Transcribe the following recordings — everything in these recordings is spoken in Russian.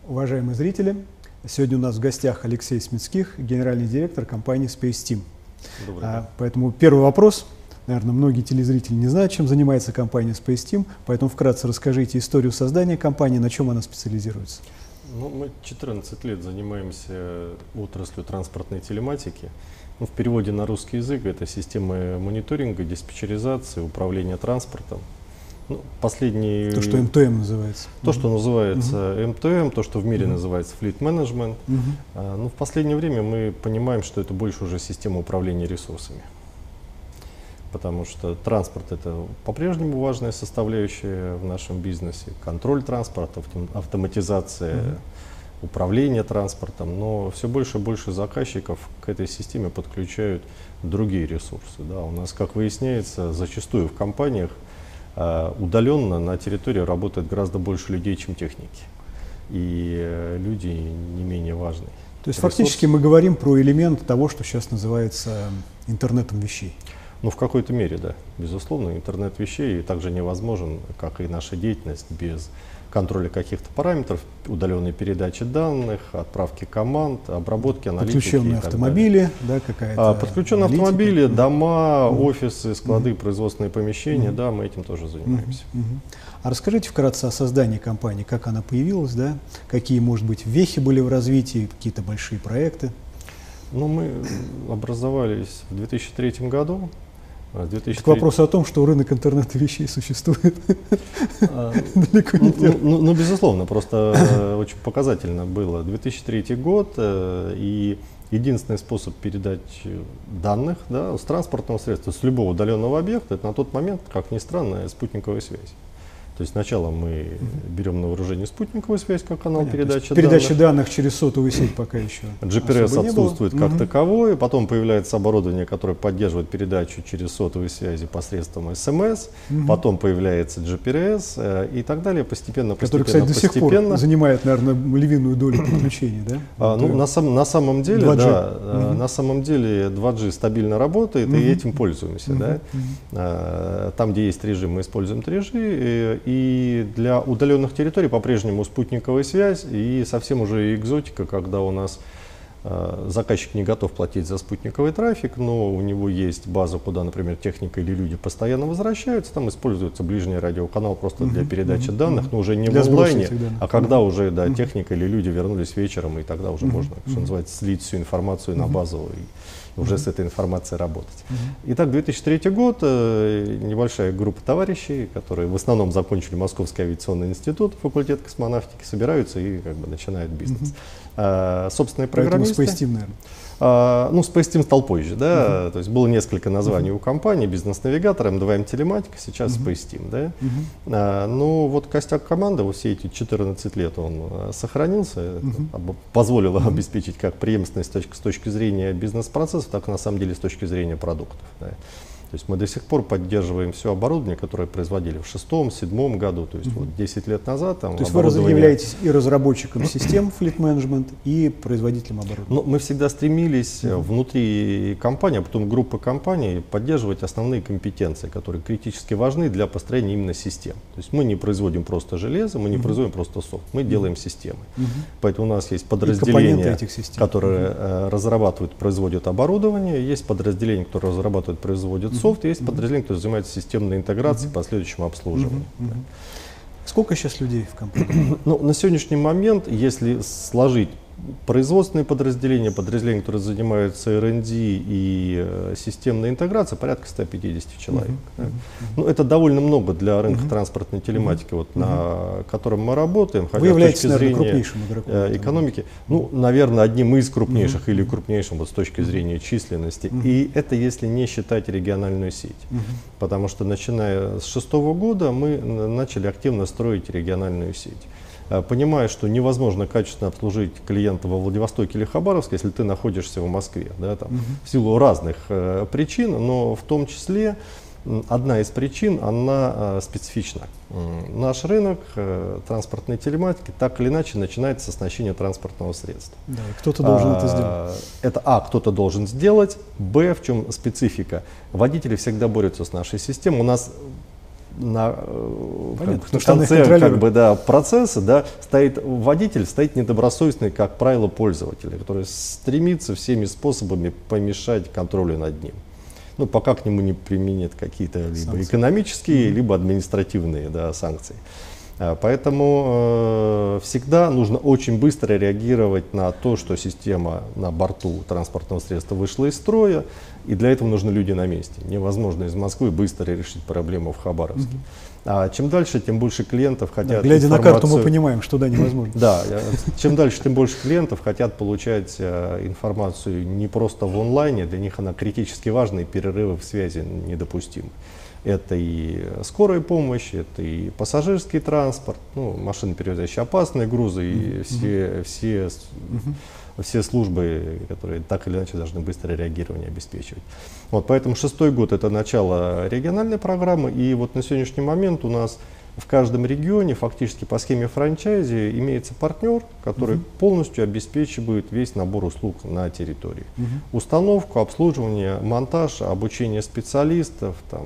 Уважаемые зрители, сегодня у нас в гостях Алексей Смитских, генеральный директор компании SpaceTeam. Поэтому первый вопрос. Наверное, многие телезрители не знают, чем занимается компания SpaceTeam, поэтому вкратце расскажите историю создания компании, на чем она специализируется. Мы 14 лет занимаемся отраслью транспортной телематики. В переводе на русский язык это системы мониторинга, диспетчеризации, управления транспортом. Последний... То, что МТМ называется. То, что называется МТМ, то, что в мире называется Fleet Management. Но в последнее время мы понимаем, что это больше уже система управления ресурсами. Потому что транспорт — это по-прежнему важная составляющая в нашем бизнесе. Контроль транспорта, автоматизация, управление транспортом. Но все больше и больше заказчиков к этой системе подключают другие ресурсы. Да, у нас, как выясняется, зачастую в компаниях удаленно на территории работает гораздо больше людей, чем техники. И люди не менее важны. То есть фактически мы говорим про элемент того, что сейчас называется интернетом вещей. В какой-то мере, да. Безусловно, интернет вещей также невозможен, как и наша деятельность, без контроля каких-то параметров, удаленной передачи данных, отправки команд, обработки, аналитики. Подключенные автомобили, да, какая-то. Подключенные автомобили, дома, офисы, склады, производственные помещения, да, мы этим тоже занимаемся. А расскажите вкратце о создании компании, как она появилась, да, какие, может быть, вехи были в развитии, какие-то большие проекты. Мы образовались в 2003 году. К вопросу о том, что рынок интернета вещей существует. Далеко не первый. Безусловно, просто очень показательно было. 2003 год, и единственный способ передачи данных, да, с транспортного средства, с любого удаленного объекта, это на тот момент, как ни странно, спутниковая связь. То есть сначала мы берем на вооружение спутниковую связь как канал передачи данных. Передача данных через сотовую сеть пока еще. GPS отсутствует как таковой, потом появляется оборудование, которое поддерживает передачу через сотовые связи посредством СМС, потом появляется GPS и так далее, постепенно. Который, кстати, до сих пор занимает, наверное, львиную долю подключений, да? На самом деле, 2G. Да, на самом деле 2G стабильно работает, и этим пользуемся. Да? Там, где есть режим, мы используем 3G. И для удаленных территорий по-прежнему спутниковая связь, и совсем уже экзотика, когда у нас заказчик не готов платить за спутниковый трафик, но у него есть база, куда, например, техника или люди постоянно возвращаются, там используется ближний радиоканал просто для передачи данных, но уже не в онлайне, а когда уже техника или люди вернулись вечером, и тогда уже можно, что называется, слить всю информацию на базу и уже с этой информацией работать. Итак, 2003 год, небольшая группа товарищей, которые в основном закончили Московский авиационный институт, факультет космонавтики, собираются и начинают бизнес. Собственные программисты. SpaceTeam, наверное. SpaceTeam стал позже, да, то есть было несколько названий у компании: бизнес-навигатор, M2M телематика, сейчас SpaceTeam, да. Вот костяк команды, все эти 14 лет он сохранился, позволило обеспечить как преемственность с точки зрения бизнес-процессов, так и на самом деле с точки зрения продуктов. Да. То есть мы до сих пор поддерживаем все оборудование, которое производили в 2006-2007 году, то есть 10 лет назад. То есть вы являетесь и разработчиком систем Fleet Management, и производителем оборудования? Мы всегда стремились внутри компании, а потом группы компаний, поддерживать основные компетенции, которые критически важны для построения именно систем. То есть мы не производим просто железо, мы не производим просто софт, мы делаем системы. Поэтому у нас есть подразделения, которые разрабатывают, производят оборудование, есть подразделения, которые разрабатывают, производят софт, есть подразделение, которое занимается системной интеграцией, последующим обслуживанием. Сколько сейчас людей в компании? На сегодняшний момент, если сложить производственные подразделения, которые занимаются R&D и системной интеграцией, порядка 150 человек. Это довольно много для рынка транспортной телематики, на котором мы работаем. Вы являетесь, наверное, крупнейшим игроком экономики. Наверное, одним из крупнейших или крупнейшим с точки зрения численности. И это если не считать региональную сеть. Потому что начиная с 2006 года мы начали активно строить региональную сеть. Понимая, что невозможно качественно обслужить клиента во Владивостоке или Хабаровске, если ты находишься в Москве, да, в силу разных причин, но в том числе одна из причин, она специфична. Наш рынок транспортной телематики так или иначе начинается с оснащения транспортного средства. Да, кто-то должен это сделать. Это кто-то должен сделать, в чем специфика. Водители всегда борются с нашей системой. У нас на конце процесса, да, стоит водитель, стоит недобросовестный, как правило, пользователь, который стремится всеми способами помешать контролю над ним. Ну, пока к нему не применят какие-то либо экономические, либо административные, да, санкции. Поэтому всегда нужно очень быстро реагировать на то, что система на борту транспортного средства вышла из строя, и для этого нужны люди на месте. Невозможно из Москвы быстро решить проблему в Хабаровске. А чем дальше, тем больше клиентов хотят глядя на карту, мы понимаем, что да, невозможно. Да, чем дальше, тем больше клиентов хотят получать информацию не просто в онлайне, для них она критически важна, и перерывы в связи недопустимы. Это и скорая помощь, это и пассажирский транспорт, ну, машины, перевозящие опасные грузы, и все службы, которые так или иначе должны быстрое реагирование обеспечивать. Вот, поэтому 6-й год — это начало региональной программы, и вот на сегодняшний момент у нас в каждом регионе фактически по схеме франчайзи имеется партнер, который полностью обеспечивает весь набор услуг на территории. Установку, обслуживание, монтаж, обучение специалистов, там,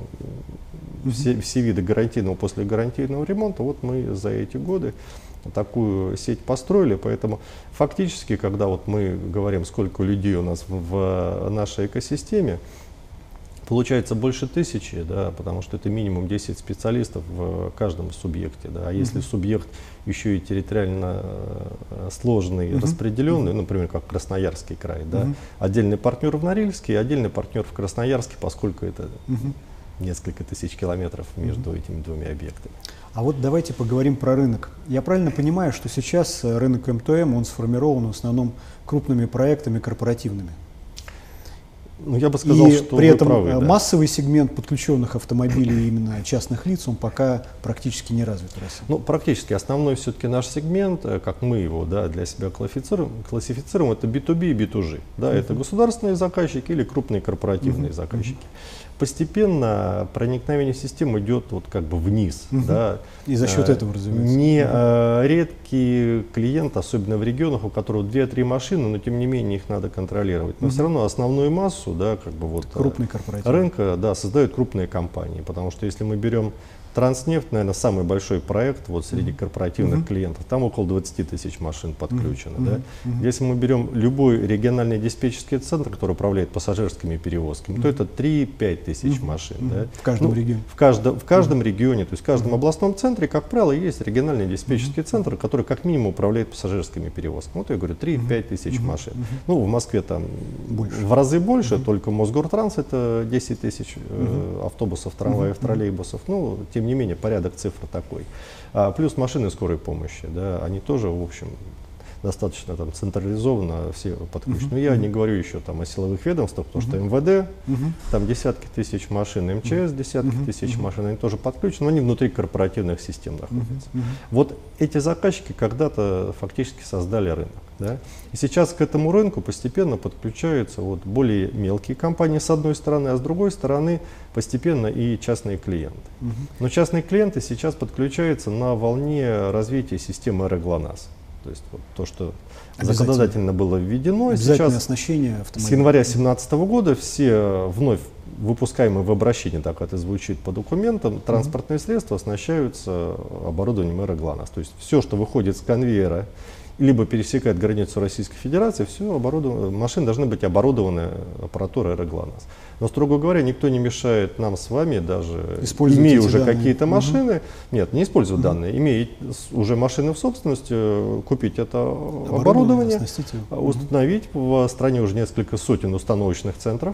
все виды гарантийного, послегарантийного ремонта. Вот мы за эти годы такую сеть построили, поэтому фактически, когда вот мы говорим, сколько людей у нас в нашей экосистеме, получается больше 1000, да, потому что это минимум 10 специалистов в каждом субъекте. Да. А если субъект еще и территориально сложный, распределенный, например, как Красноярский край, да, отдельный партнер в Норильске и отдельный партнер в Красноярске, поскольку это несколько тысяч километров между этими двумя объектами. А вот давайте поговорим про рынок. Я правильно понимаю, что сейчас рынок МТМ, он сформирован в основном крупными проектами корпоративными? Ну, я бы сказал, что при этом правы, да. Массовый сегмент подключенных автомобилей именно частных лиц, он пока практически не развит в России. Ну, практически. Основной все-таки наш сегмент, как мы его, да, для себя классифицируем, это B2B и B2G. Да, это государственные заказчики или крупные корпоративные заказчики. Постепенно проникновение системы идет вот как бы вниз. Да. И за счет этого развивается. Не редкий клиент, особенно в регионах, у которого 2-3 машины, но тем не менее их надо контролировать. Но все равно основную массу, да, как бы вот рынка, да, создают крупные компании. Потому что если мы берем Транснефть, наверное, самый большой проект вот среди корпоративных клиентов. Там около 20 тысяч машин подключено. Да? Если мы берем любой региональный диспетчерский центр, который управляет пассажирскими перевозками, то это 3-5 тысяч машин. Да? В каждом регионе. В каждом регионе, то есть в каждом областном центре, как правило, есть региональный диспетчерский центр, который как минимум управляет пассажирскими перевозками. Вот я говорю, 3-5 тысяч машин. Ну, в Москве там в разы больше, только Мосгортранс это 10 тысяч автобусов, трамваев, троллейбусов. Ну, тем не менее, порядок цифр такой. Плюс машины скорой помощи, да, они тоже, в общем, достаточно там централизованно все подключены. Но я не говорю еще там о силовых ведомствах, потому что МВД, там десятки тысяч машин, МЧС десятки тысяч машин, они тоже подключены, но они внутри корпоративных систем находятся. Вот эти заказчики когда-то фактически создали рынок. Да? И сейчас к этому рынку постепенно подключаются вот более мелкие компании с одной стороны, а с другой стороны постепенно и частные клиенты. Но частные клиенты сейчас подключаются на волне развития системы РГЛОНАСС. То есть вот то, что законодательно было введено. Сейчас оснащение с января 2017 года все вновь выпускаемые в обращении, так это звучит по документам, транспортные средства оснащаются оборудованием РГЛОНАСС. То есть все, что выходит с конвейера, либо пересекает границу Российской Федерации, все машины должны быть оборудованы аппаратурой РГЛОНАСС. Но, строго говоря, никто не мешает нам с вами, даже имея уже какие-то машины, нет, не использовать данные, имея уже машины в собственности, купить это оборудование, установить. В стране уже несколько сотен установочных центров,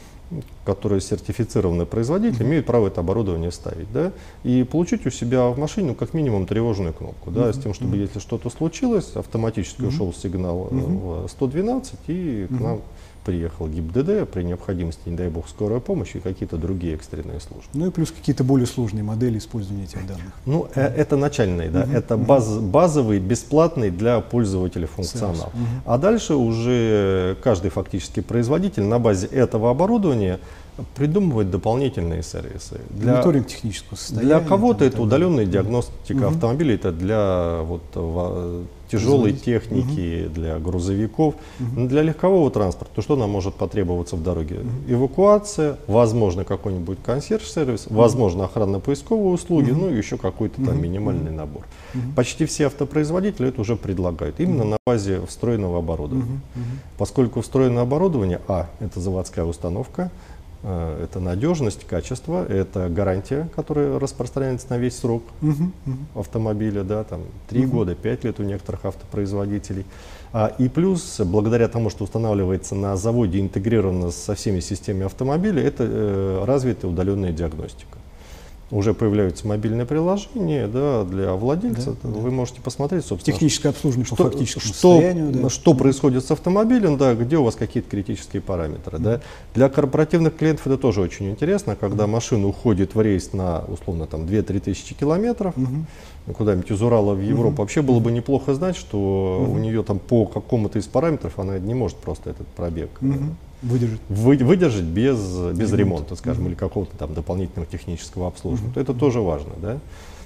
которые сертифицированы производители, имеют право это оборудование ставить, да, и получить у себя в машине, ну, как минимум тревожную кнопку, да, с тем, чтобы если что-то случилось, автоматически ушел сигнал в 112 и к нам приехал ГИБДД, при необходимости, не дай бог, скорая помощь и какие-то другие экстренные службы. Ну и плюс какие-то более сложные модели использования этих данных. Ну, это начальные, да, это базовый, бесплатный для пользователя функционал. А дальше уже каждый фактически производитель на базе этого оборудования придумывать дополнительные сервисы. Мониторинг технического состояния. Для кого-то это удаленная диагностика автомобилей, это для тяжелой техники, для грузовиков. Для легкового транспорта, что нам может потребоваться в дороге? Эвакуация, возможно, какой-нибудь консьерж-сервис, возможно, охранно-поисковые услуги, ну и еще какой-то там минимальный набор. Почти все автопроизводители это уже предлагают, именно на базе встроенного оборудования. Поскольку встроенное оборудование, это заводская установка, это надежность, качество, это гарантия, которая распространяется на весь срок автомобиля, да, там 3 года, 5 лет у некоторых автопроизводителей. И плюс, благодаря тому, что устанавливается на заводе, интегрировано со всеми системами автомобиля, это развитая удаленная диагностика. Уже появляются мобильные приложения, да, для владельца. Вы можете посмотреть, собственно, техническое обслуживание по фактическому состоянию. Что происходит с автомобилем, да, где у вас какие-то критические параметры. Да. Для корпоративных клиентов это тоже очень интересно, когда машина уходит в рейс на, условно, 2-3 тысячи километров, куда-нибудь из Урала в Европу. Вообще было бы неплохо знать, что у нее там по какому-то из параметров она не может просто этот пробег выдержать без ремонта, скажем, или какого-то там дополнительного технического обслуживания. Это тоже важно, да?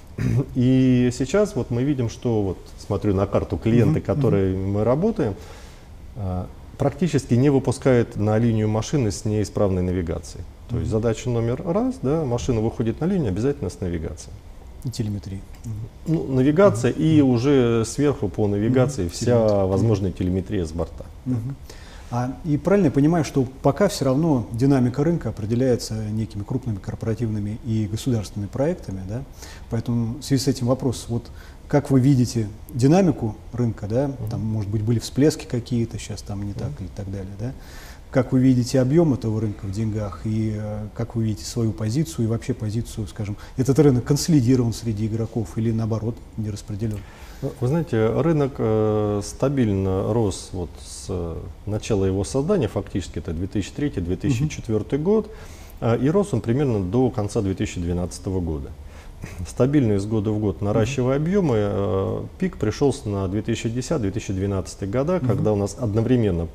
И сейчас вот мы видим, что, смотрю на карту, клиенты, которые мы работаем, практически не выпускают на линию машины с неисправной навигацией. То есть задача номер раз, да, машина выходит на линию обязательно с навигацией. И телеметрия. Ну, навигация и уже сверху по навигации вся возможная телеметрия с борта. И правильно я понимаю, что пока все равно динамика рынка определяется некими крупными корпоративными и государственными проектами, да? Поэтому в связи с этим вопрос, как вы видите динамику рынка, да? Там, может быть, были всплески какие-то, сейчас там не так и так далее, да? Как вы видите объем этого рынка в деньгах и как вы видите свою позицию и вообще позицию, скажем, этот рынок консолидирован среди игроков или наоборот не распределен? Вы знаете, рынок стабильно рос с начала его создания, фактически это 2003-2004 год, и рос он примерно до конца 2012 года. Стабильно из года в год наращивая объемы, пик пришелся на 2010-2012 года, когда у нас одновременно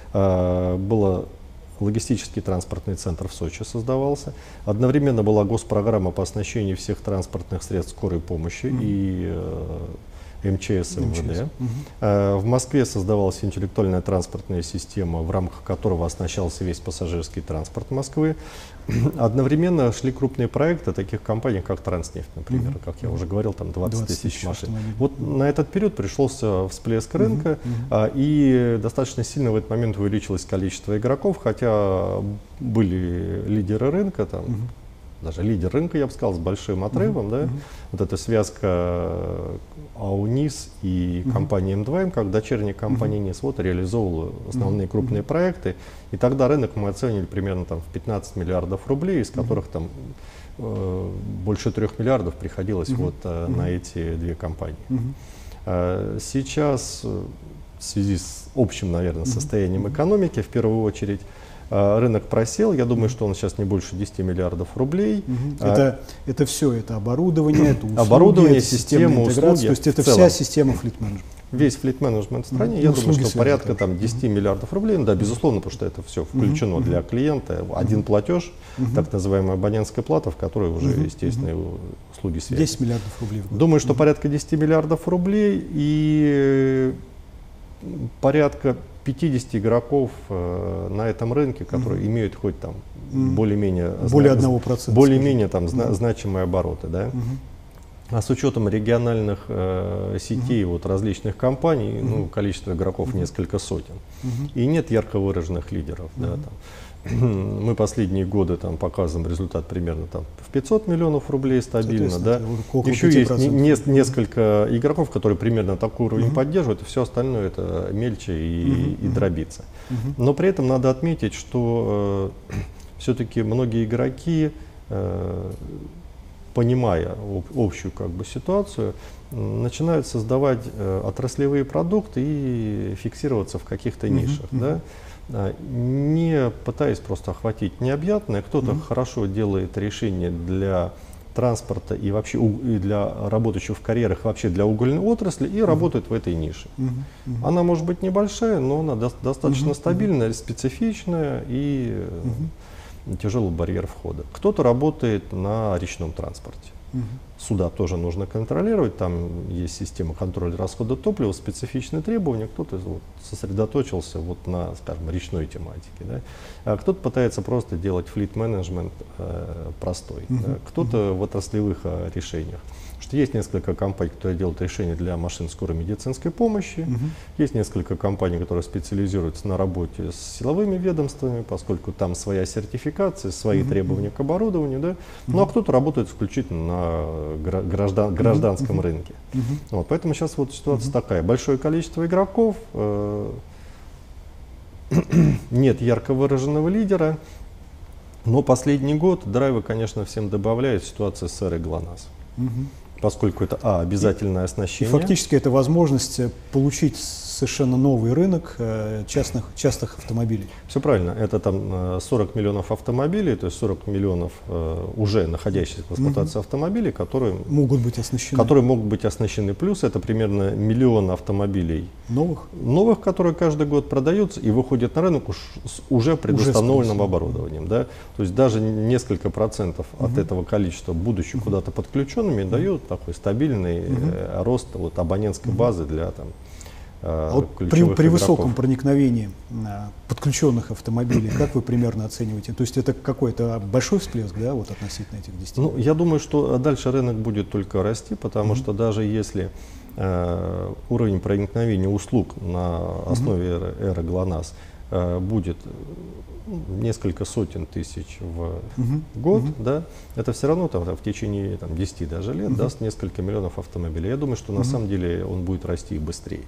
было логистический транспортный центр в Сочи создавался. Одновременно была госпрограмма по оснащению всех транспортных средств скорой помощи и МЧС, МВД. В Москве создавалась интеллектуальная транспортная система, в рамках которого оснащался весь пассажирский транспорт Москвы. Одновременно шли крупные проекты таких компаний, как Транснефть, например, как я уже говорил, там 20 тысяч машин. Вот на этот период пришелся всплеск рынка, и достаточно сильно в этот момент увеличилось количество игроков, хотя были лидеры рынка, там, даже лидер рынка, я бы сказал, с большим отрывом, да? Вот эта связка АУНИС и компания М2М, как дочерняя компания НИС, реализовывала основные крупные проекты, и тогда рынок мы оценили примерно в 15 миллиардов рублей, из которых там больше 3 миллиардов приходилось на эти две компании. Сейчас в связи с общим, наверное, состоянием экономики, в первую очередь, рынок просел, я думаю, что он сейчас не больше 10 миллиардов рублей. Это все, это оборудование, это услуги, оборудование, это система, услуги. То есть это вся система флит-менеджмента. Весь флит-менеджмент в стране, я думаю, что порядка 10 миллиардов рублей, да, безусловно, потому что это все включено для клиента. Один платеж, так называемая абонентская плата, в которой уже, естественно, услуги связи. 10 миллиардов рублей в год. Думаю, что порядка 10 миллиардов рублей и порядка 50 игроков на этом рынке, которые имеют хоть там более-менее значимые обороты, да? А с учетом региональных сетей различных компаний, количество игроков несколько сотен. И нет ярко выраженных лидеров. Да, там. Мы последние годы показываем результат примерно в 500 миллионов рублей стабильно. Да? Еще есть несколько игроков, которые примерно такой уровень поддерживают, и все остальное это мельче и дробится. Но при этом надо отметить, что все-таки многие игроки, понимая общую ситуацию, начинают создавать отраслевые продукты и фиксироваться в каких-то нишах. Да? Не пытаясь просто охватить необъятное, кто-то хорошо делает решения для транспорта и вообще и для работающих в карьерах, вообще для угольной отрасли, и работает в этой нише. Она может быть небольшая, но она достаточно стабильная, специфичная, и тяжелый барьер входа. Кто-то работает на речном транспорте. Суда тоже нужно контролировать, там есть система контроля расхода топлива, специфичные требования, кто-то вот сосредоточился вот на, скажем, речной тематике, да? А кто-то пытается просто делать флит-менеджмент простой, да? Кто-то в отраслевых решениях. Что есть несколько компаний, которые делают решения для машин скорой медицинской помощи, есть несколько компаний, которые специализируются на работе с силовыми ведомствами, поскольку там своя сертификация, свои требования к оборудованию, да? Ну а кто-то работает исключительно на гражданском рынке. Вот, поэтому сейчас вот ситуация такая. Большое количество игроков, нет ярко выраженного лидера, но последний год драйва, конечно, всем добавляет ситуация с эрой ГЛОНАСС. Поскольку это обязательное оснащение. И фактически это возможность получить совершенно новый рынок частных автомобилей. Все правильно. Это там 40 миллионов автомобилей, то есть 40 миллионов уже находящихся в эксплуатации автомобилей, которые могут быть оснащены. Плюс это примерно 1 миллион автомобилей новых, которые каждый год продаются и выходят на рынок с уже предустановленным оборудованием. Да? То есть даже несколько процентов от этого количества, будучи куда-то подключенными, дают такой стабильный рост вот, абонентской базы для там, вот при высоком проникновении подключенных автомобилей, как вы примерно оцениваете? То есть это какой-то большой всплеск, да, вот относительно этих 10 лет? Ну, я думаю, что дальше рынок будет только расти, потому что даже если уровень проникновения услуг на основе эры ГЛОНАСС будет несколько сотен тысяч в год, да, это все равно там, в течение 10 даже лет даст несколько миллионов автомобилей. Я думаю, что на самом деле он будет расти быстрее.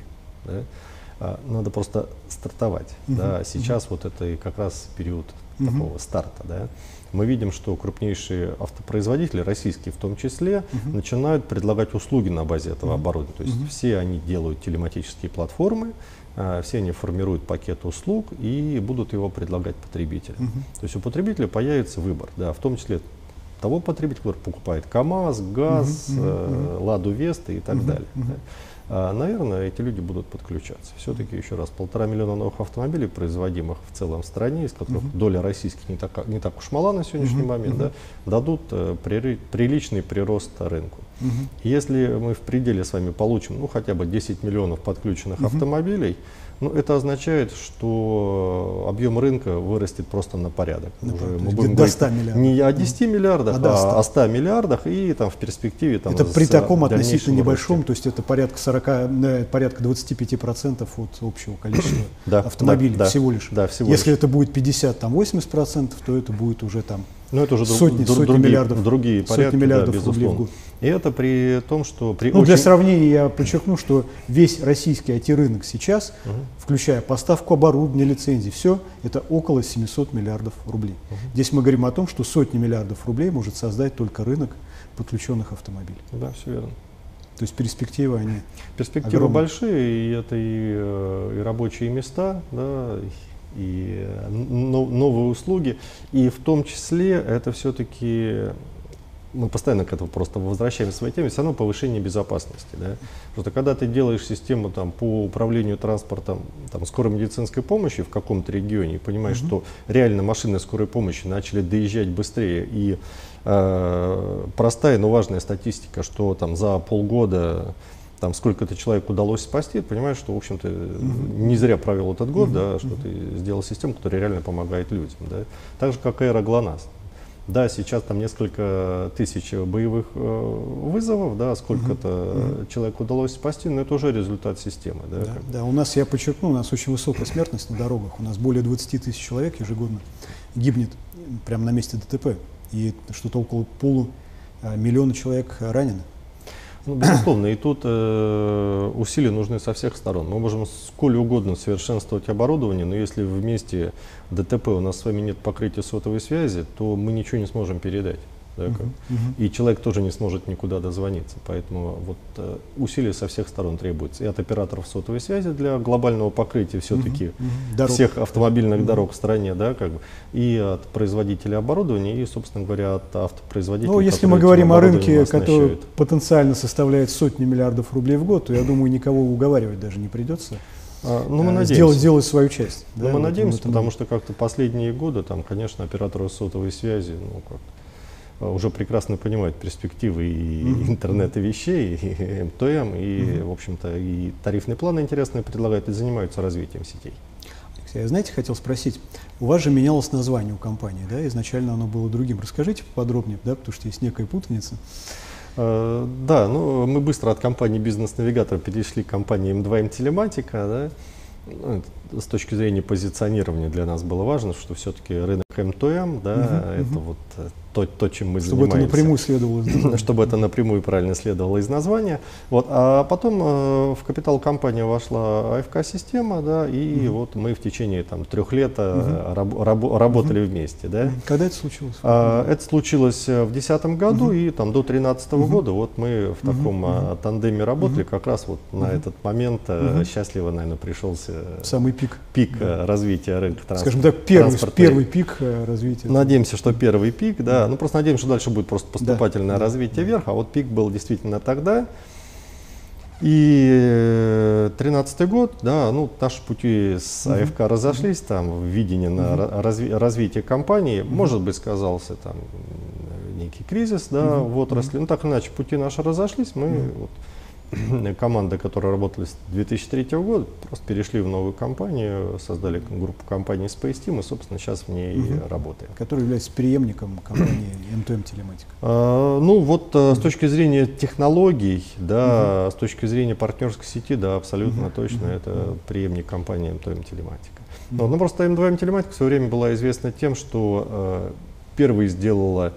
Да? Надо просто стартовать. Да? Сейчас вот это как раз период такого старта. Да? Мы видим, что крупнейшие автопроизводители, российские в том числе, начинают предлагать услуги на базе этого оборудования. То есть все они делают телематические платформы, все они формируют пакет услуг и будут его предлагать потребителям. То есть у потребителя появится выбор, да, в том числе того потребителя, который покупает КАМАЗ, ГАЗ, Ладу Веста и так далее. Да. Наверное, эти люди будут подключаться. Все-таки, еще раз, 1,5 миллиона новых автомобилей, производимых в целом в стране, из которых доля российских не так уж мала на сегодняшний момент, да, дадут приличный прирост рынку. Если мы в пределе с вами получим хотя бы 10 миллионов подключенных автомобилей, это означает, что объем рынка вырастет просто на порядок. Уже мы будем говорить не о 10 миллиардах, а о 100 миллиардах, и там в перспективе... Там, это при таком относительно небольшом, то есть это порядка 25% от общего количества автомобилей всего лишь. Если это будет 50-80%, то это будет уже там сотни миллиардов, другие порядки, миллиардов рублей в год. И это при том, что... Для сравнения я подчеркну, что весь российский IT-рынок сейчас, включая поставку оборудования, лицензий, все, это около 700 миллиардов рублей. Здесь мы говорим о том, что сотни миллиардов рублей может создать только рынок подключенных автомобилей. Да, все верно. То есть перспективы, они огромные. Большие, и это и рабочие места, да, и новые услуги, и в том числе это все-таки, мы постоянно к этому просто возвращаемся в своей теме, все равно повышение безопасности. Да? Просто когда ты делаешь систему по управлению транспортом скорой медицинской помощи в каком-то регионе и понимаешь, что реально машины скорой помощи начали доезжать быстрее, и простая, но важная статистика, что за полгода сколько-то человек удалось спасти, ты понимаешь, что, в общем-то, не зря провел этот год, да, что ты сделал систему, которая реально помогает людям. Да. Так же, как и эра ГЛОНАСС. Да, сейчас там несколько тысяч боевых вызовов, да, сколько-то человек удалось спасти, но это уже результат системы. Да, да, у нас, я подчеркну, у нас очень высокая смертность на дорогах. У нас более 20 тысяч человек ежегодно гибнет прямо на месте ДТП. И что-то около полумиллиона человек ранены. Безусловно, и тут усилия нужны со всех сторон. Мы можем сколь угодно совершенствовать оборудование, но если вместе ДТП у нас с вами нет покрытия сотовой связи, то мы ничего не сможем передать. Да, и человек тоже не сможет никуда дозвониться. Поэтому усилия со всех сторон требуются. И от операторов сотовой связи для глобального покрытия все-таки всех автомобильных дорог в стране, да, и от производителей оборудования, и, собственно говоря, от автопроизводителей. Ну, если мы говорим о рынке, который потенциально составляет сотни миллиардов рублей в год, то я думаю, никого уговаривать даже не придется. сделать свою часть. Да, мы надеемся, потому что как-то последние годы, там, конечно, операторы сотовой связи уже прекрасно понимают перспективы и интернета вещей, и МТМ, и, в общем-то, и тарифные планы интересные предлагают, и занимаются развитием сетей. Алексей, я, знаете, хотел спросить, у вас же менялось название у компании, да? Изначально оно было другим. Расскажите поподробнее, да, потому что есть некая путаница. Да, ну, мы быстро от компании «Бизнес-навигатор» перешли к компании М2М Телематика. Да? С точки зрения позиционирования для нас было важно, что все-таки рынок МТМ, да, это вот то, чем мы чтобы занимаемся. Это напрямую следовало из названия. Чтобы это напрямую правильно следовало из названия. Вот. А потом в капитал компании вошла АФК-система, да, и вот мы в течение 3 лет работали вместе. Да. Когда это случилось? Это случилось в 2010 году, и до 2013 года вот мы в таком тандеме работали. Как раз вот на этот момент счастливо, наверное, пришелся самый пик. Развития рынка транспорта. Скажем так, первый пик развития. Надеемся, что первый пик, да. Ну, просто надеемся, что дальше будет просто поступательное развитие вверх, а вот пик был действительно тогда. И 2013 год, да, ну, наши пути с АФК разошлись, там, в видении на развитие компании, может быть, сказался там некий кризис, да, в отрасли, ну, так или иначе, пути наши разошлись, мы, команда, которая работала с 2003 года, просто перешли в новую компанию, создали группу компаний Space Team, и, собственно, сейчас в ней работаем. Который является преемником компании МТМ Телематика. Ну, вот с точки зрения технологий, да, с точки зрения партнерской сети, да, абсолютно точно, это преемник компании МТМ Телематика. Ну, просто М2М Телематика в свое время была известна тем, что первой сделала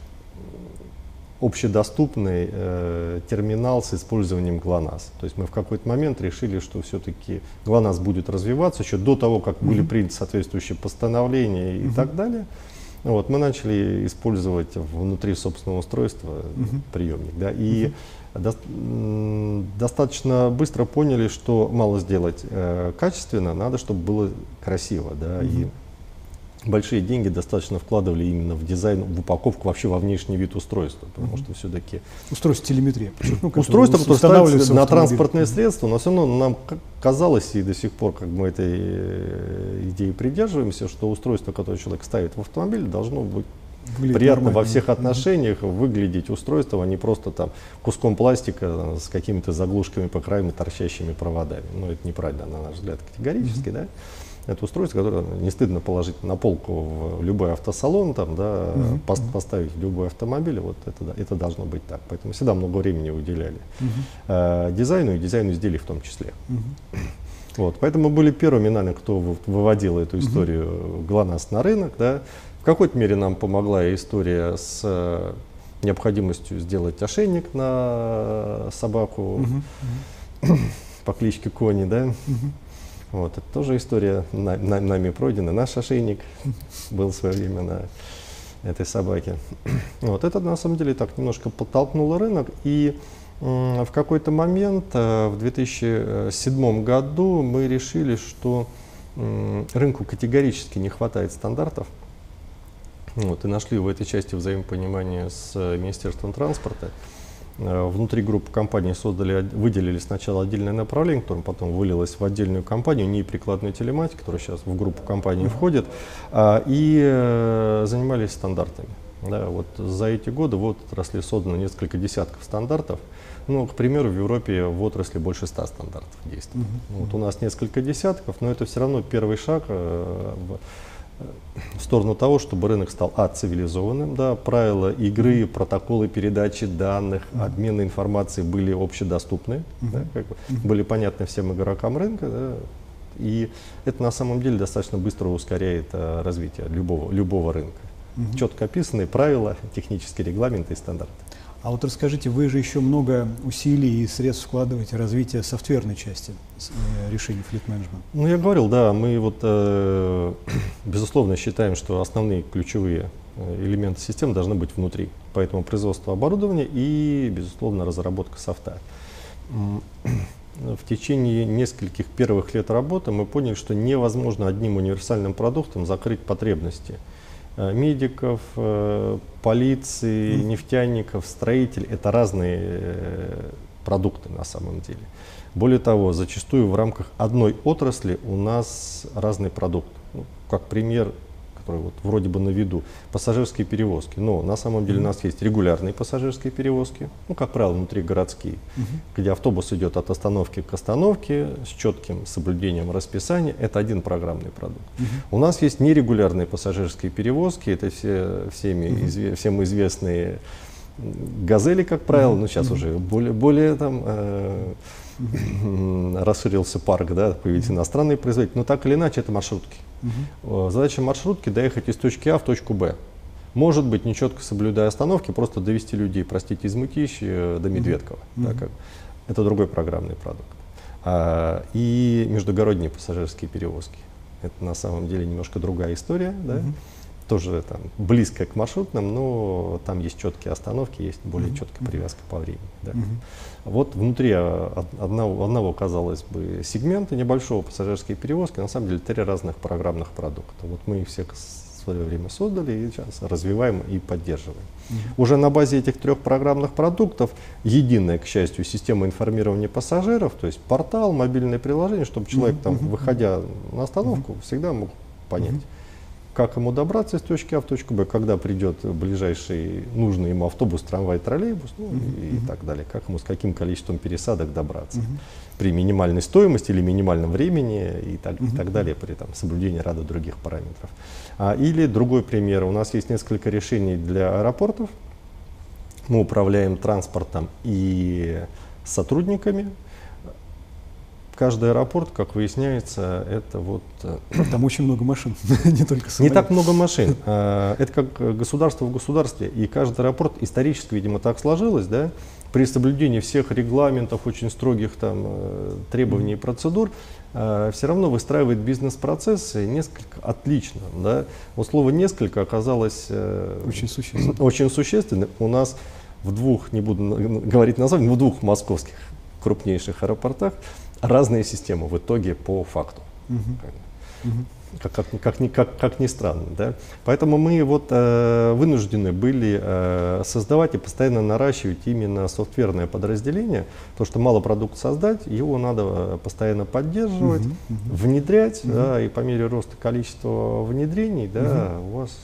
общедоступный терминал с использованием ГЛОНАСС. То есть мы в какой-то момент решили, что все-таки ГЛОНАСС будет развиваться еще до того, как были приняты соответствующие постановления и так далее. Вот, мы начали использовать внутри собственного устройства приемник. Да, и достаточно быстро поняли, что мало сделать качественно, надо, чтобы было красиво. Да, и большие деньги достаточно вкладывали именно в дизайн, в упаковку, вообще во внешний вид устройства, потому что все-таки… Устройство телеметрии. Устройство, которое ставится на транспортное средство, но все равно нам казалось, и до сих пор как мы этой идеи придерживаемся, что устройство, которое человек ставит в автомобиль, должно быть приятно во всех отношениях, выглядеть устройство, а не просто там куском пластика с какими-то заглушками по краям и торчащими проводами. Ну, это неправильно, на наш взгляд, категорически, да. Это устройство, которое не стыдно положить на полку в любой автосалон, там, да, поставить в любой автомобиль, вот это должно быть так. Поэтому всегда много времени уделяли дизайну и дизайну изделий в том числе. Вот, поэтому были первыми, наверное, кто выводил эту историю ГЛОНАСС на рынок. Да. В какой-то мере нам помогла история с необходимостью сделать ошейник на собаку по кличке Кони, да. Вот, это тоже история нами пройдена. Наш ошейник был в свое время на этой собаке. Вот, это на самом деле так немножко подтолкнуло рынок. И в какой-то момент, в 2007 году, мы решили, что рынку категорически не хватает стандартов. Вот, и нашли в этой части взаимопонимание с Министерством транспорта. Внутри группы компаний выделили сначала отдельное направление, которое потом вылилось в отдельную компанию, НИИ прикладной телематики, которая сейчас в группу компаний входит, и занимались стандартами. Да, вот за эти годы в отрасли создано несколько десятков стандартов. Ну, к примеру, в Европе в отрасли больше 100 стандартов действует. Вот у нас несколько десятков, но это все равно первый шаг в сторону того, чтобы рынок стал цивилизованным, да, правила игры, протоколы передачи данных, обмена информацией были общедоступны, да, были понятны всем игрокам рынка, да, и это на самом деле достаточно быстро ускоряет развитие любого рынка. Четко описанные правила, технические регламенты и стандарты. А вот расскажите, вы же еще много усилий и средств вкладываете в развитие софтверной части решений Fleet Management. Ну, я говорил, да, мы вот, безусловно, считаем, что основные ключевые элементы системы должны быть внутри. Поэтому производство оборудования и, безусловно, разработка софта. В течение нескольких первых лет работы мы поняли, что невозможно одним универсальным продуктом закрыть потребности медиков, полиции, нефтяников, строителей. Это разные продукты на самом деле. Более того, зачастую в рамках одной отрасли у нас разный продукт. Ну, как пример, который вот вроде бы на виду, пассажирские перевозки. Но на самом деле у нас есть регулярные пассажирские перевозки, ну, как правило, внутригородские, где автобус идет от остановки к остановке с четким соблюдением расписания. Это один программный продукт. У нас есть нерегулярные пассажирские перевозки, это всем известные «Газели», как правило, но сейчас уже более там расширился парк, да, появились иностранные производители, но так или иначе это маршрутки. Задача маршрутки — доехать из точки А в точку Б. Может быть, нечетко соблюдая остановки, просто довести людей, простите, из Мытищи до Медведкова. Да, это другой программный продукт. И междугородние пассажирские перевозки. Это на самом деле немножко другая история. Да? Тоже там близко к маршрутным, но там есть четкие остановки, есть более четкая привязка по времени. Да. Вот внутри одного, казалось бы, сегмента небольшого пассажирской перевозки, на самом деле 3 разных программных продукта. Вот мы их всех в свое время создали и сейчас развиваем и поддерживаем. Уже на базе этих 3 программных продуктов единая, к счастью, система информирования пассажиров, то есть портал, мобильное приложение, чтобы человек, там, выходя на остановку, всегда мог понять, как ему добраться из точки А в точку Б, когда придет ближайший нужный ему автобус, трамвай, троллейбус, ну, и так далее, как ему с каким количеством пересадок добраться при минимальной стоимости или минимальном времени и так далее, при там, соблюдении ряда других параметров. Или другой пример, у нас есть несколько решений для аэропортов, мы управляем транспортом и сотрудниками. Каждый аэропорт, как выясняется, это вот... Там очень много машин, не только самолет. Не так много машин. Это как государство в государстве. И каждый аэропорт исторически, видимо, так сложилось, да, при соблюдении всех регламентов, очень строгих там требований и процедур, все равно выстраивает бизнес-процессы несколько отлично. Да. Вот слово «несколько» оказалось очень существенным. У нас в 2, не буду говорить название, в 2 московских крупнейших аэропортах разные системы в итоге по факту. Как ни странно. Да? Поэтому мы вот, вынуждены были создавать и постоянно наращивать именно софтверное подразделение, потому что мало продукт создать, его надо постоянно поддерживать, внедрять, да, и по мере роста количества внедрений, да, у вас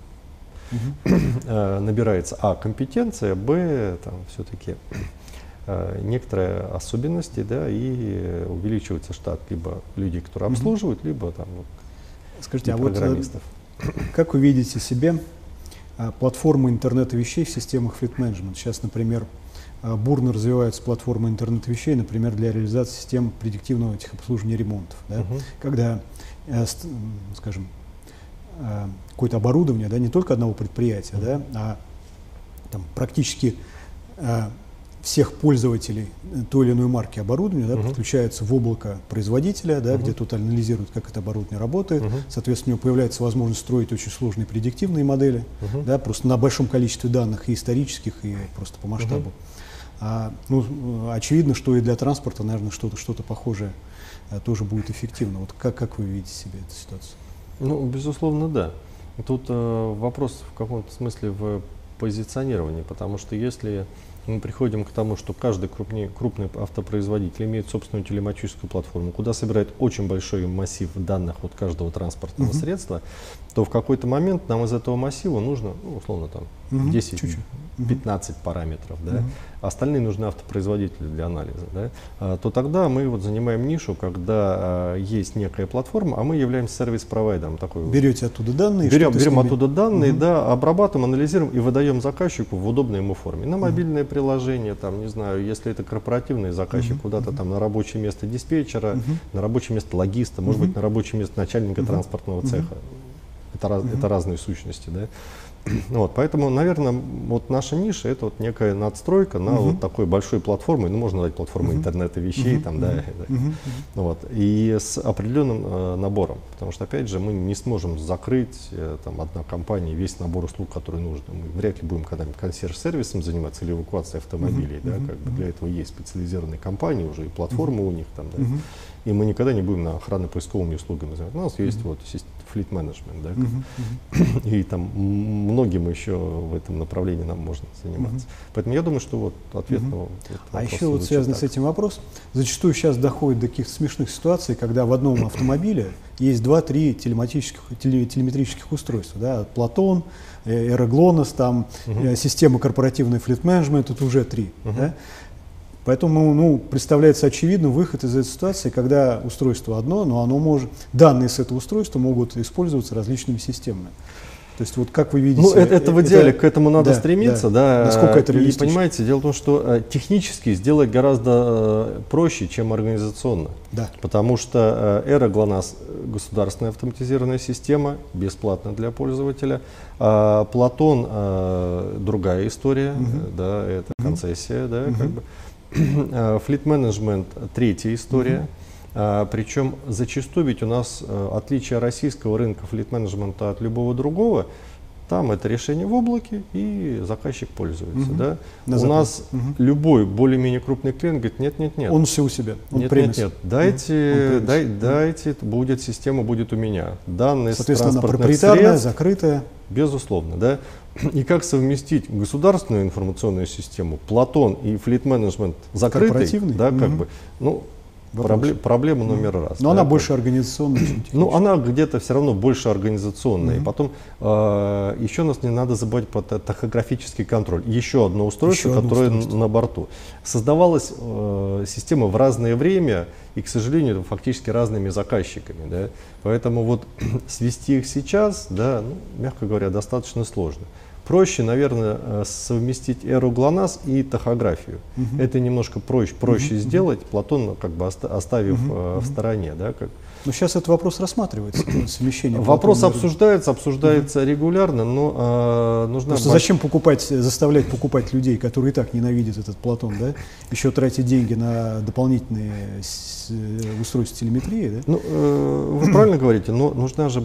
набирается компетенция, все-таки некоторые особенности, да, и увеличивается штат либо людей, которые обслуживают, либо там скажите, программистов. Как вы видите себе платформы интернета вещей в системах Fleet Management? Сейчас, например, бурно развиваются платформы интернета вещей, например, для реализации систем предиктивного техобслуживания ремонтов. Да? Когда, скажем, какое-то оборудование, да, не только одного предприятия, да, а там, практически всех пользователей той или иной марки оборудования, да, подключаются в облако производителя, да, где тот анализирует, как это оборудование работает. Соответственно, у него появляется возможность строить очень сложные предиктивные модели, да, просто на большом количестве данных, и исторических, и просто по масштабу. Очевидно, что и для транспорта, наверное, что-то похожее тоже будет эффективно. Вот как вы видите себе эту ситуацию? Ну, безусловно, да. Тут вопрос в каком-то смысле в позиционировании, потому что если мы приходим к тому, что каждый крупный автопроизводитель имеет собственную телематическую платформу, куда собирает очень большой массив данных от каждого транспортного средства, то в какой-то момент нам из этого массива нужно, ну, условно, там 10-15 параметров, да, остальные нужны автопроизводители для анализа, да, то тогда мы вот занимаем нишу, когда есть некая платформа, а мы являемся сервис-провайдером. Берете оттуда данные? Берем оттуда данные, да, обрабатываем, анализируем и выдаем заказчику в удобной ему форме. На мобильное приложение, там, не знаю, если это корпоративный заказчик, куда-то там на рабочее место диспетчера, на рабочее место логиста, может быть, на рабочее место начальника транспортного цеха. Это разные сущности, да. Вот, поэтому, наверное, вот наша ниша — это вот некая надстройка на вот такой большой платформе, ну, можно назвать платформой интернета вещей, там, да, вот, и с определенным набором, потому что, опять же, мы не сможем закрыть, там, одна компания весь набор услуг, который нужен. Мы вряд ли будем когда-нибудь консьерж-сервисом заниматься или эвакуацией автомобилей, да, как бы для этого есть специализированные компании уже, и платформы у них там, да. И мы никогда не будем на охранно-поисковыми услугами заниматься. У нас есть вот Fleet Management, да, и там многим еще в этом направлении нам можно заниматься. Поэтому я думаю, что вот ответ на вопрос. А еще вот связанный с этим вопрос, зачастую сейчас доходит до каких-то смешных ситуаций, когда в одном автомобиле есть 2-3 телеметрических устройства, да, Платон, Эроглонас, там, система корпоративный флит-менеджмент, это уже 3. Да? Поэтому представляется очевидным выход из этой ситуации, когда устройство одно, но оно может, данные с этого устройства могут использоваться различными системами. То есть вот как вы видите… Ну, это в идеале, к этому надо стремиться. Да. Насколько это реалистично? И понимаете, дело в том, что технически сделать гораздо проще, чем организационно. Да. Потому что Эра ГЛОНАСС — государственная автоматизированная система, бесплатная для пользователя. Платон — другая история, да, это концессия, да, как бы. Fleet Management — третья история. Причем зачастую ведь у нас отличие российского рынка флит-менеджмента от любого другого, там это решение в облаке и заказчик пользуется. Да? У нас любой более-менее крупный клиент говорит, нет. Он все у себя, он нет, дайте, будет система, будет у меня. Данные с транспортных средств, закрытая. Безусловно, да. И как совместить государственную информационную систему, Платон и флит-менеджмент закрытый, да, как бы, ну, проблема номер раз. Но да, она больше организационная, чем техническая. Ну, она где-то все равно больше организационная. И потом еще нас не надо забывать про тахографический контроль. Еще одно устройство, которое на борту. Создавалась система в разное время и, к сожалению, фактически разными заказчиками. Да? Поэтому вот свести их сейчас, да, ну, мягко говоря, достаточно сложно. Проще, наверное, совместить Эру ГЛОНАСС и тахографию. Это немножко проще сделать, Платон как бы оставив в стороне. Да, как. Но сейчас этот вопрос рассматривается, совмещение. Вопрос обсуждается регулярно, но нужно… Зачем заставлять покупать людей, которые и так ненавидят этот Платон, да? Еще тратить деньги на дополнительные устройства телеметрии? Да? Ну, вы правильно говорите, но нужна же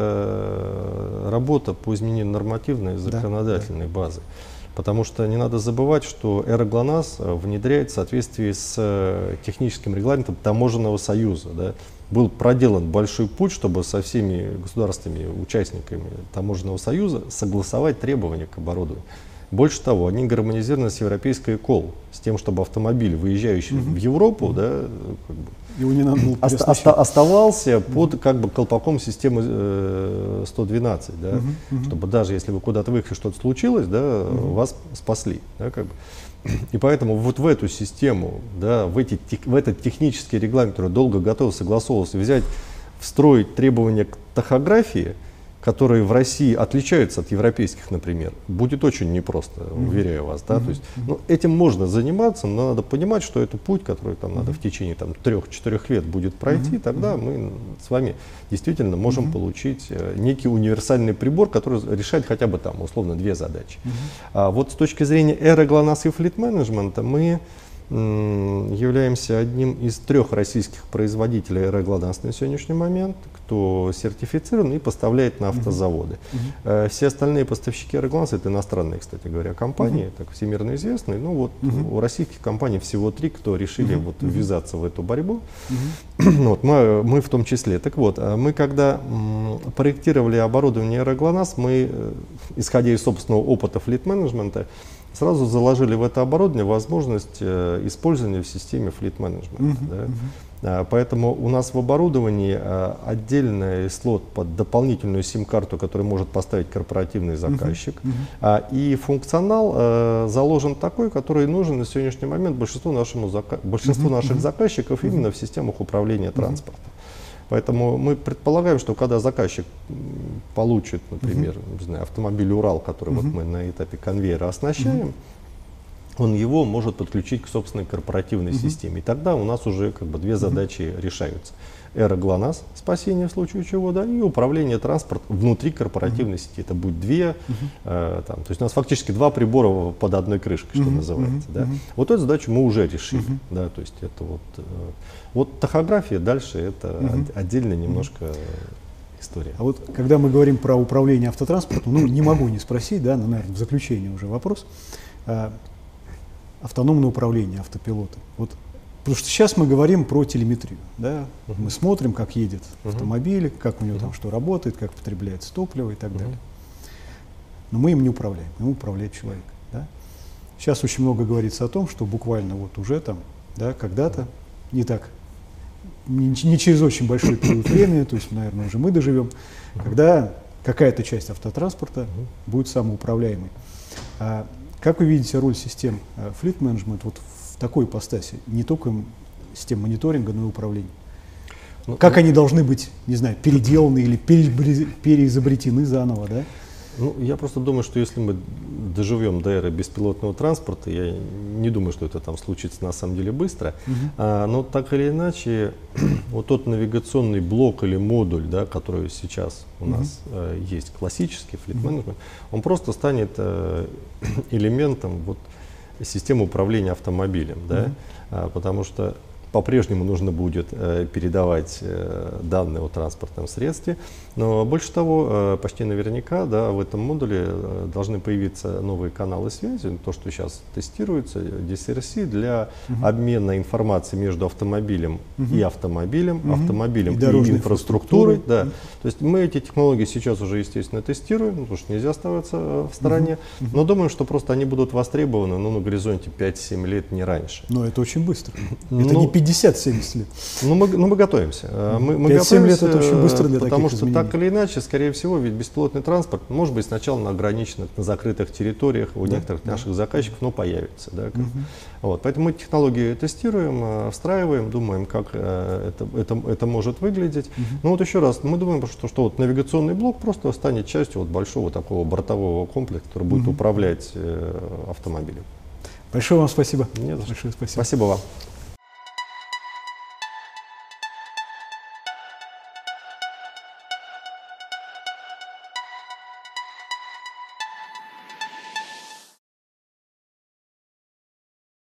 большая работа по изменению нормативной и законодательной базы. Потому что не надо забывать, что Эра ГЛОНАСС внедряет в соответствии с техническим регламентом Таможенного союза. Да. Был проделан большой путь, чтобы со всеми государственными участниками Таможенного союза согласовать требования к оборудованию. Больше того, они гармонизированы с европейской ЭКОЛ, с тем, чтобы автомобиль, выезжающий в Европу, да, как бы, его не надо было оставался под как бы колпаком системы 112, да, чтобы даже если вы куда-то выехали, что-то случилось, да, вас спасли. Да, как бы. И поэтому вот в эту систему, да, в этот технический регламент, который долго готов согласовывался, встроить требования к тахографии, которые в России отличаются от европейских, например, будет очень непросто, уверяю вас. Да? То есть, ну, этим можно заниматься, но надо понимать, что это путь, который там надо в течение 3-4 лет будет пройти, тогда мы с вами действительно можем получить некий универсальный прибор, который решает хотя бы там условно 2 задачи. А вот с точки зрения Эры ГЛОНАСС и флит-менеджмента мы являемся одним из 3 российских производителей Эры ГЛОНАСС на сегодняшний момент, кто сертифицирован и поставляет на автозаводы. Все остальные поставщики Эры ГЛОНАСС — это иностранные, кстати говоря, компании, так всемирно известные. Ну вот у российских компаний всего 3, кто решили вот ввязаться в эту борьбу. Вот, мы в том числе. Так вот, мы когда проектировали оборудование Эры ГЛОНАСС, мы, исходя из собственного опыта флит-менеджмента, сразу заложили в это оборудование возможность использования в системе флит-менеджмента. Поэтому у нас в оборудовании отдельный слот под дополнительную сим-карту, которую может поставить корпоративный заказчик. И функционал заложен такой, который нужен на сегодняшний момент большинству наших заказчиков именно в системах управления транспортом. Поэтому мы предполагаем, что когда заказчик получит, например, не знаю, автомобиль «Урал», который вот мы на этапе конвейера оснащаем, он его может подключить к собственной корпоративной системе. И тогда у нас уже как бы 2 задачи решаются. Эра ГЛОНАСС, спасение в случае чего, да, и управление транспортом внутри корпоративной сети. Это будет 2, то есть у нас фактически 2 прибора под одной крышкой, что называется. Да. Вот эту задачу мы уже решили. Да, то есть это вот тахография, дальше это отдельно немножко история. А вот когда мы говорим про управление автотранспортом, ну не могу не спросить, да, наверное, в заключение уже вопрос. Автономное управление, автопилоты. Вот, потому что сейчас мы говорим про телеметрию. Да? Мы смотрим, как едет автомобиль, как у него там что работает, как потребляется топливо и так далее. но мы им не управляем, им управляет человек. Да? Сейчас очень много говорится о том, что буквально вот уже там, да, когда-то, не так, не через очень большой период времени, то есть, наверное, уже мы доживем, когда какая-то часть автотранспорта будет самоуправляемой. А как вы видите роль систем Fleet Management вот в такой ипостаси, не только систем мониторинга, но и управления? Как они должны быть, не знаю, переделаны или переизобретены заново, да? Ну, я просто думаю, что если мы доживем до эры беспилотного транспорта, я не думаю, что это там случится на самом деле быстро, но так или иначе, вот тот навигационный блок или модуль, да, который сейчас у нас есть, классический Fleet Management, он просто станет элементом вот, системы управления автомобилем, да, потому что по-прежнему нужно будет передавать данные о транспортном средстве, но больше того, почти наверняка, да, в этом модуле должны появиться новые каналы связи, то, что сейчас тестируется, DCRC, для обмена информацией между автомобилем и автомобилем, автомобилем и инфраструктурой. Да. То есть мы эти технологии сейчас уже, естественно, тестируем, потому что нельзя оставаться в стороне, но думаем, что просто они будут востребованы на горизонте 5-7 лет, не раньше. Но это очень быстро. Это не 50-70 лет. Ну, мы готовимся. Мы 5-7 лет это очень быстро для потому таких что изменений. Так или иначе, скорее всего, ведь беспилотный транспорт может быть сначала ограничен на закрытых территориях у некоторых наших заказчиков, но появится. Да, вот, поэтому мы технологии тестируем, встраиваем, думаем, как это может выглядеть. Но вот еще раз, мы думаем, что вот навигационный блок просто станет частью вот большого такого бортового комплекса, который будет управлять автомобилем. Большое вам спасибо. Нет, большое спасибо. Спасибо вам.